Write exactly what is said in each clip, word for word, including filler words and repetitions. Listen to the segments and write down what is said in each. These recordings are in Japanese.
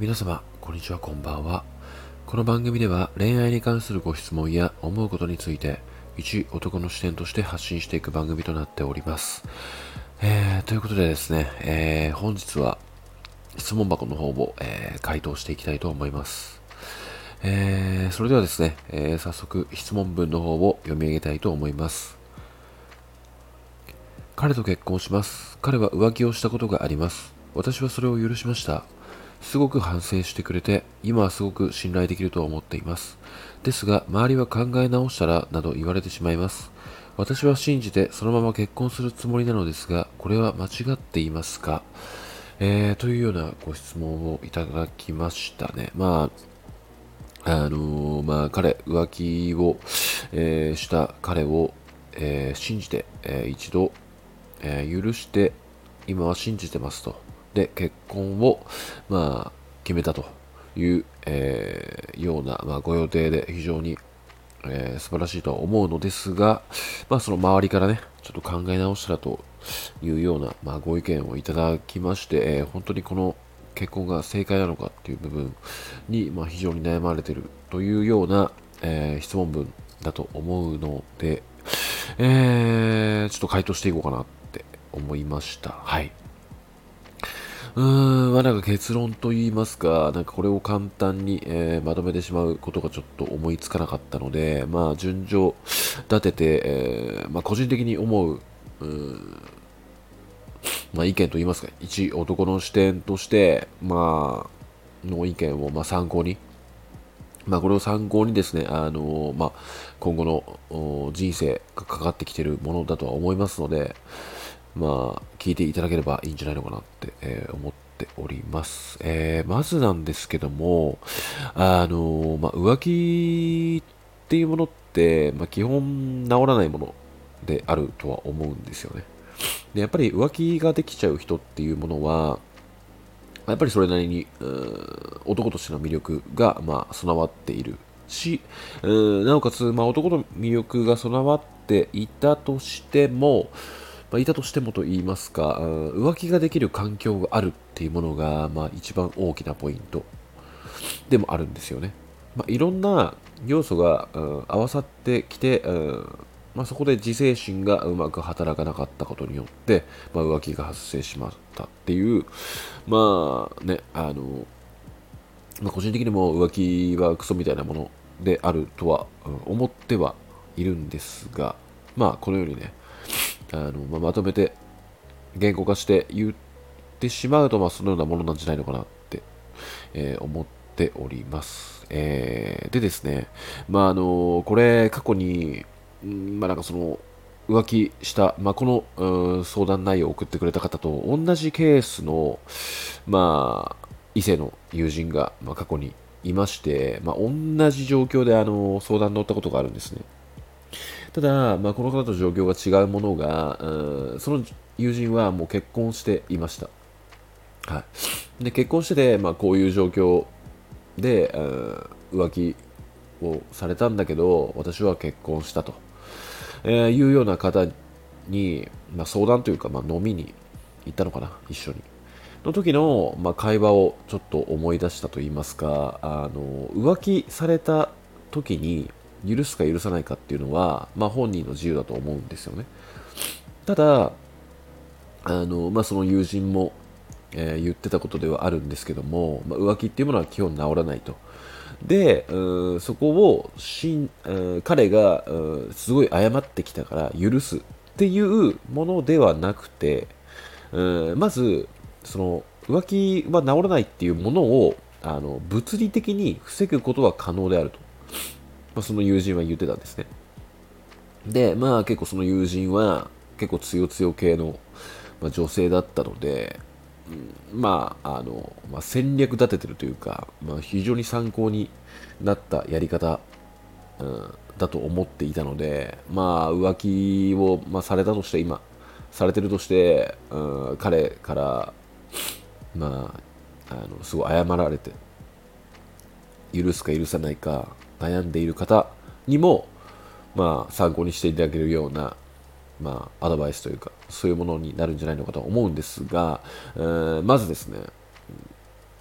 皆様、こんにちは、こんばんは。この番組では恋愛に関するご質問や思うことについて、一男の視点として発信していく番組となっております。えー、ということでですね、えー、本日は質問箱の方を、えー、回答していきたいと思います。えー、それではですね、えー、早速質問文の方を読み上げたいと思います。彼と結婚します。彼は浮気をしたことがあります。私はそれを許しました。すごく反省してくれて、今はすごく信頼できると思っています。ですが、周りは考え直したら、など言われてしまいます。私は信じてそのまま結婚するつもりなのですが、これは間違っていますか？えー、というようなご質問をいただきましたね。まあ、あのーまあ、彼、浮気を、えーした彼を、えー信じて、えー一度、えー許して、今は信じてますと。で、結婚を、まあ、決めたという、えーような、まあ、ご予定で非常に、えー素晴らしいとは思うのですが、まあ、その周りからね、ちょっと考え直したらというような、まあ、ご意見をいただきまして、えー本当にこの結婚が正解なのかっていう部分に、まあ、非常に悩まれているというような、えー質問文だと思うので、えーちょっと回答していこうかなって思いました。はい。うーん、まあ、なんか結論と言いますか、なんかこれを簡単に、えーまとめてしまうことがちょっと思いつかなかったので、まあ、順序立てて、えーまあ、個人的に思う、うーんまあ、意見と言いますか、一男の視点として、まあ、の意見をまあ参考に、まあ、これを参考にですね、あのまあ、今後のお人生がかかってきているものだとは思いますので、まあ、聞いていただければいいんじゃないのかなって、えー思っております。えーまずなんですけども、あのまあ、浮気っていうものって、まあ、基本治らないものであるとは思うんですよね。で、やっぱり浮気ができちゃう人っていうものは、やっぱりそれなりに、うー男としての魅力が、まあ、備わっているし、うーなおかつ、まあ、男の魅力が備わっていたとしても、まあ、いたとしてもと言いますか、うん浮気ができる環境があるっていうものが、まあ、一番大きなポイントでもあるんですよね。まあ、いろんな要素が、うん、合わさってきて、うんまあ、そこで自制心がうまく働かなかったことによって、まあ、浮気が発生しまったっていう、まあね、あの、まあ、個人的にも浮気はクソみたいなものであるとは、うん思ってはいるんですが、まあ、このようにね、あのまあ、まとめて言語化して言ってしまうと、まあ、そのようなものなんじゃないのかなって、えー思っております。えーでですね、まああのこれ過去に、んまあなんかその浮気した、まあ、このうん相談内容を送ってくれた方と同じケースの、まあ、異性の友人が、まあ、過去にいまして、まあ、同じ状況であの相談に乗ったことがあるんですね。ただ、まあ、この方と状況が違うものが、うんその友人はもう結婚していました。はい、で結婚してて、まあ、こういう状況で、うん浮気をされたんだけど私は結婚したと、えーいうような方に、まあ、相談というか、まあ、飲みに行ったのかな一緒にの時の、まあ、会話をちょっと思い出したと言いますか、あの浮気された時に許すか許さないかっていうのは、まあ、本人の自由だと思うんですよね。ただあの、まあ、その友人も、えー言ってたことではあるんですけども、まあ、浮気っていうものは基本治らないと。で、うんそこをしん、うん彼が、うんすごい謝ってきたから許すっていうものではなくて、うんまず、その浮気は治らないっていうものをあの物理的に防ぐことは可能であると、まあ、その友人は言ってたんですね。で、まあ結構その友人は結構強強系の、まあ、女性だったので、まあ、あの、まあ、戦略立ててるというか、まあ、非常に参考になったやり方、うん、だと思っていたので、まあ、浮気を、まあ、されたとして、今、されてるとして、うん、彼から、まあ、あの、すごい謝られて、許すか許さないか悩んでいる方にも、まあ、参考にしていただけるような、まあ、アドバイスというか、そういうものになるんじゃないのかと思うんですが、えーまずですね、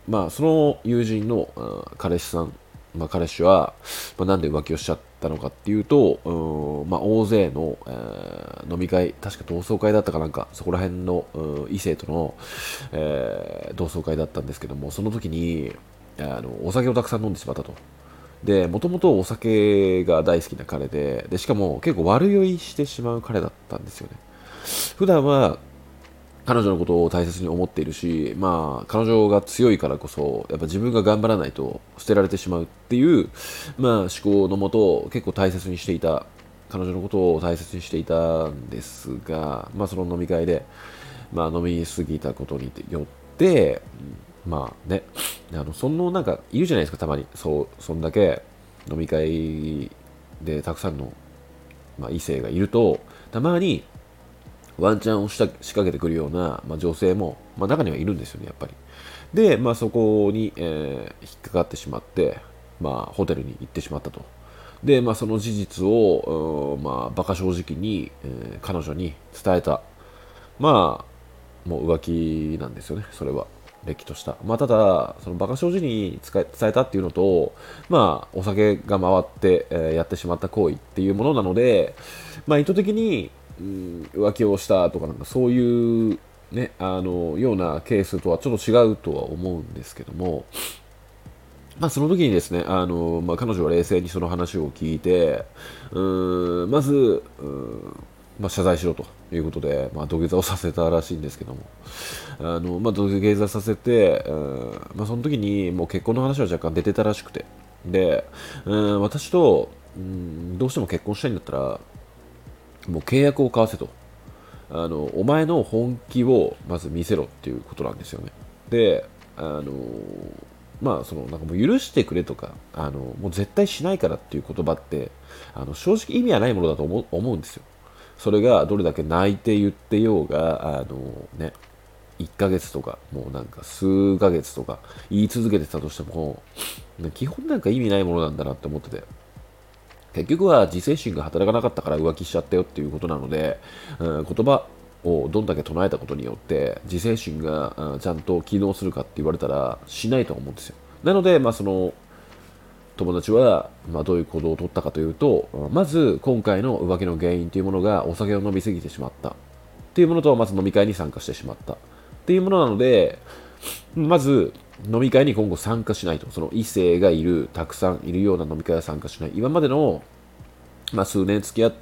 まあ、その友人の、うん、彼氏さん、まあ、彼氏は、まあ、なんで浮気をしちゃったのかっていうと、うん、まあ、大勢の、えー飲み会、確か同窓会だったかなんか、そこら辺の、うん、異性との、えー同窓会だったんですけども、その時に、あの、お酒をたくさん飲んでしまったと。で、もともとお酒が大好きな彼で、で、しかも結構悪酔いしてしまう彼だったんですよね。普段は彼女のことを大切に思っているし、まあ、彼女が強いからこそ、やっぱ自分が頑張らないと捨てられてしまうっていう、まあ、思考のもと、結構大切にしていた、彼女のことを大切にしていたんですが、まあ、その飲み会で、まあ、飲みすぎたことによって、まあね、あの、そのなんか、いるじゃないですか、たまに。そう、そんだけ飲み会でたくさんの、まあ、異性がいると、たまにワンチャンをした仕掛けてくるような、まあ、女性も、まあ、中にはいるんですよね、やっぱり。で、まあ、そこに、えー引っかかってしまって、まあ、ホテルに行ってしまったと。で、まあ、その事実を、うんまあ、馬鹿正直に、えー彼女に伝えた。まあ、もう浮気なんですよね、それは。れっきとした。まあ、ただ、その馬鹿正直に伝え伝えたっていうのと、まあ、お酒が回って、えーやってしまった行為っていうものなので、まあ、意図的に、うん、浮気をしたとか、なんかそういう、ね、あの、ようなケースとはちょっと違うとは思うんですけども、まあ、その時にですね、あの、まあ、彼女は冷静にその話を聞いて、うーん、まず、うーん、まあ、謝罪しろということで、まあ、土下座をさせたらしいんですけども、あの、まあ、土下座させて、うん、まあ、その時にもう結婚の話は若干出てたらしくて、で、うん、私と、うん、どうしても結婚したいんだったら、もう契約を交わせと。あの、お前の本気をまず見せろっていうことなんですよね。で、あの、まあ、その、なんかもう許してくれとか、あの、もう絶対しないからっていう言葉って、あの、正直意味はないものだと思う思うんですよ。それがどれだけ泣いて言ってようが、あの、ね、いっかげつとか、もうなんか数ヶ月とか言い続けてたとしても、基本なんか意味ないものなんだなって思ってて。結局は自制心が働かなかったから浮気しちゃったよっていうことなので、うん、言葉をどんだけ唱えたことによって自制心が、うん、ちゃんと機能するかって言われたらしないと思うんですよ。なので、まあ、その友達は、まあ、どういう行動を取ったかというと、まず今回の浮気の原因というものがお酒を飲みすぎてしまったっていうものと、まず飲み会に参加してしまったっていうものなので、まず飲み会に今後参加しないと。その異性がいる、たくさんいるような飲み会は参加しない。今までの、まあ、数年付き合った、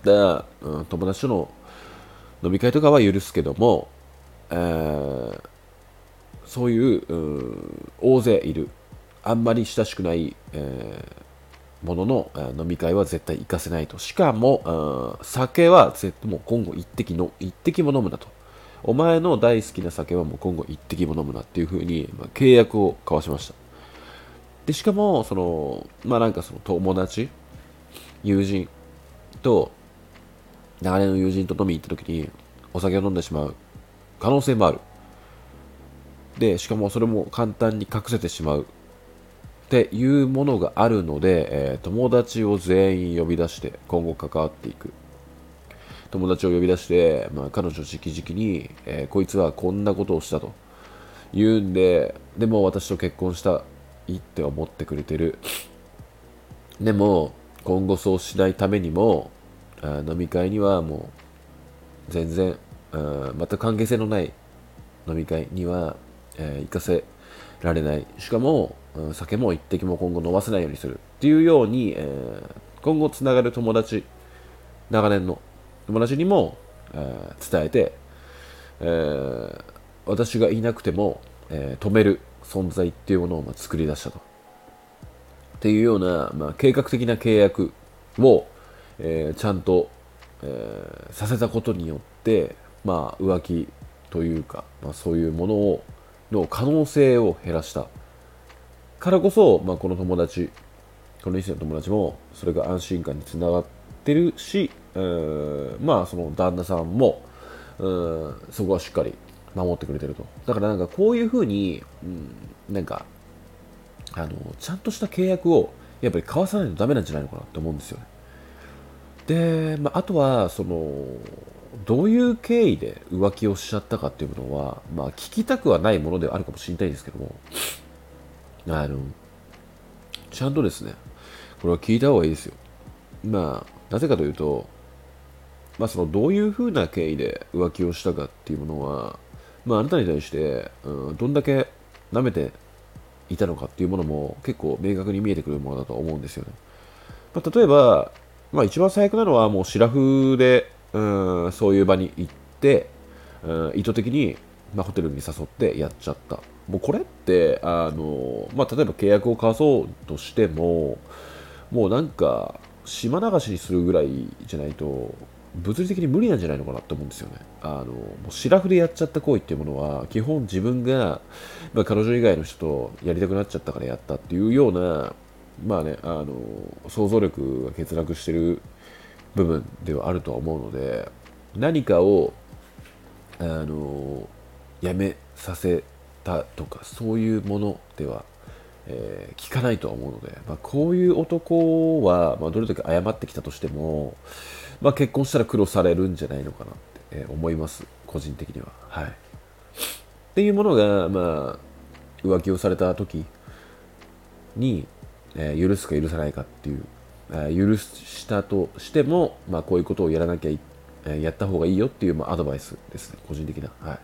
うん、友達との飲み会とかは許すけども、えーそういう、うん、大勢いる、あんまり親しくない、えーものの、えー飲み会は絶対行かせないと。しかも、うん、酒は絶対もう今後一滴の、一滴も飲むなと。お前の大好きな酒はもう今後一滴も飲むなっていう風に、まあ、契約を交わしました。で、しかも、その、まあなんかその友達、友人と、長年の友人と飲みに行った時に、お酒を飲んでしまう可能性もある。で、しかもそれも簡単に隠せてしまうっていうものがあるので、えー友達を全員呼び出して今後関わっていく。友達を呼び出して、まあ、彼女直々に、えーこいつはこんなことをしたと言うんで、でも私と結婚したいって思ってくれてる。でも、今後そうしないためにも、あ飲み会にはもう全然、あ全く関係性のない飲み会には、えー行かせられない。しかも、うん酒も一滴も今後飲ませないようにする。っていうように、えー今後つながる友達、長年の友達にも、えー伝えて、えー私がいなくても、えー止める存在っていうものをまあ作り出したと。っていうような、まあ、計画的な契約を、えーちゃんと、えーさせたことによって、まあ、浮気というか、まあ、そういうものをの可能性を減らしたからこそ、まあ、この友達、この異性の友達もそれが安心感につながってるし、えーまあその旦那さんも、うんそこはしっかり守ってくれてると。だからなんかこういうふうに、うん、なんかあのちゃんとした契約をやっぱり交わさないとダメなんじゃないのかなって思うんですよね。で、まあ、あとはそのどういう経緯で浮気をしちゃったかっていうのは、まあ、聞きたくはないものではあるかもしれないですけども、 あの、ちゃんとですね、これは聞いた方がいいですよ。まあ、なぜかというと、まあ、そのどういう風な経緯で浮気をしたかっていうものは、まあ、あなたに対して、うん、どんだけ舐めていたのかっていうものも結構明確に見えてくるものだと思うんですよね。まあ、例えば、まあ、一番最悪なのはもうシラフで、うん、そういう場に行って、うん、意図的に、まあ、ホテルに誘ってやっちゃった。もうこれってあの、まあ、例えば契約を交わそうとしても、もうなんか島流しにするぐらいじゃないと物理的に無理なんじゃないのかなって思うんですよね。あのもうシラフでやっちゃった行為っていうものは基本自分が、まあ、彼女以外の人とやりたくなっちゃったからやったっていうような、まあね、あの想像力が欠落してる部分ではあるとは思うので、何かをあのやめさせたとかそういうものでは、えー聞かないとは思うので、まあ、こういう男は、まあ、どれだけ謝ってきたとしても、まあ、結婚したら苦労されるんじゃないのかなって、えー思います、個人的には。はい、っていうものが、まあ、浮気をされた時に、えー許すか許さないかっていう、えー許したとしても、まあ、こういうことをやらなきゃい、えーやった方がいいよっていう、まあ、アドバイスですね、個人的な。はい。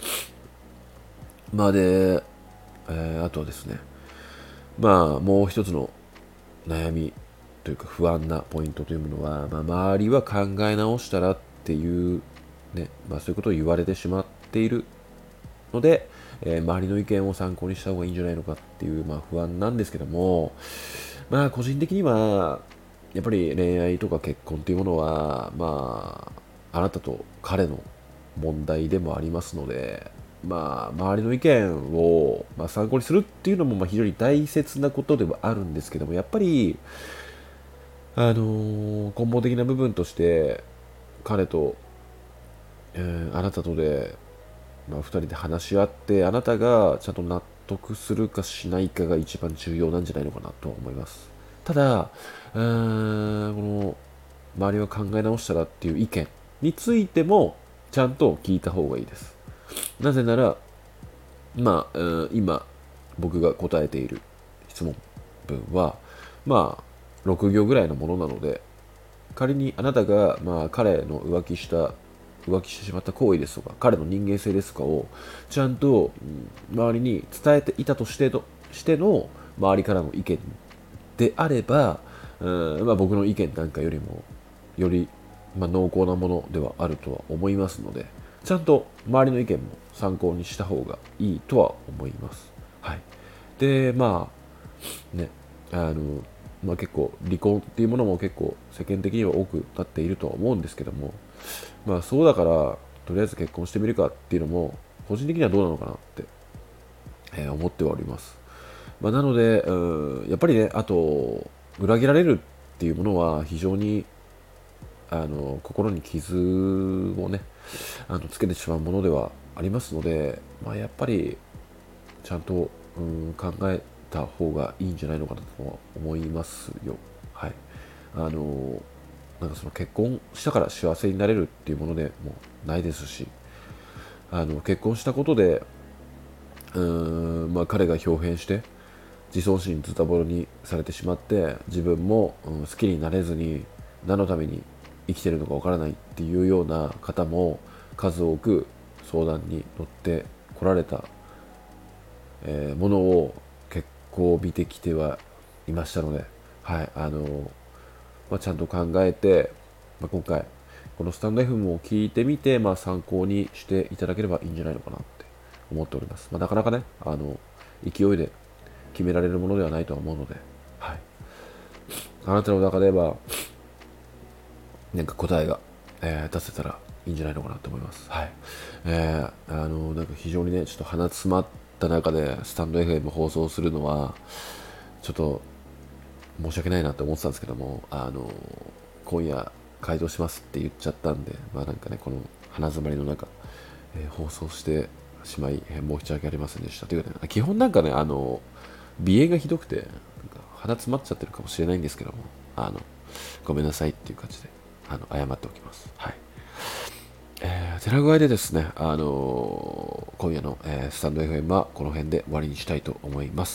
まあで、えーあとはですね、まあもう一つの悩みというか不安なポイントというものは、まあ、周りは考え直したらっていう、ねまあ、そういうことを言われてしまっているので、えー周りの意見を参考にした方がいいんじゃないのかっていう、まあ、不安なんですけども、まあ個人的にはやっぱり恋愛とか結婚っていうものは、まあ、あなたと彼の問題でもありますので、まあ、周りの意見を、まあ、参考にするっていうのもまあ非常に大切なことではあるんですけども、やっぱりあのー根本的な部分として彼と、えーあなたとで、まあ、ふたりで話し合ってあなたがちゃんと納得するかしないかが一番重要なんじゃないのかなとは思います。ただ、うーんこの周りは考え直したらっていう意見についてもちゃんと聞いた方がいいです。なぜなら、まあ、うん今僕が答えている質問文はまあろく行ぐらいのものなので、仮にあなたが、まあ、彼の浮気した浮気してしまった行為ですとか彼の人間性ですとかをちゃんと、うん周りに伝えていたとしてのしての周りからの意見であれば、うんまあ、僕の意見なんかよりもより、まあ、濃厚なものではあるとは思いますので、ちゃんと周りの意見も参考にした方がいいとは思います。はい。で、まあね、あの、まあ、結構離婚っていうものも結構世間的には多くなっているとは思うんですけども、まあそうだからとりあえず結婚してみるかっていうのも個人的にはどうなのかなって、えー思ってはおります。まあ、なので、うん、やっぱりね、あと裏切られるっていうものは非常にあの心に傷をねあのつけてしまうものではありますので、まあ、やっぱりちゃんと、うん、考えた方がいいんじゃないのかなとは思いますよ。はい。あのなんかその結婚したから幸せになれるっていうものでもないですし、あの結婚したことでうーん、まあ、彼が表変して自尊心ズタボロにされてしまって自分も、うん、好きになれずに何のために生きてるのかわからないっていうような方も数多く相談に乗ってこられた、えーものを結構見てきてはいましたので、はいあのまあ、ちゃんと考えて、まあ、今回このスタンド エフエム を聞いてみて、まあ、参考にしていただければいいんじゃないのかなって思っております。まあ、なかなかねあの勢いで決められるものではないとは思うので、はい、あなたの中ではなんか答えが、えー出せたらいいんじゃないのかなと思います。はい。えー、あのなんか非常にねちょっと鼻詰まった中でスタンド エフエム 放送するのはちょっと申し訳ないなって思ってたんですけども、あの今夜回答しますって言っちゃったんで、まあなんかねこの鼻詰まりの中、えー放送してしまい、えー申し訳ありませんでしたというかね、基本なんかねあの鼻炎がひどくてなんか鼻詰まっちゃってるかもしれないんですけども、あのごめんなさいっていう感じであの謝っておきます。はい。えー、てな具合でですね、あのー今夜の、えースタンド エフエム はこの辺で終わりにしたいと思います。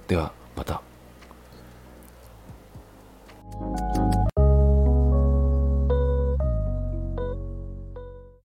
では、また。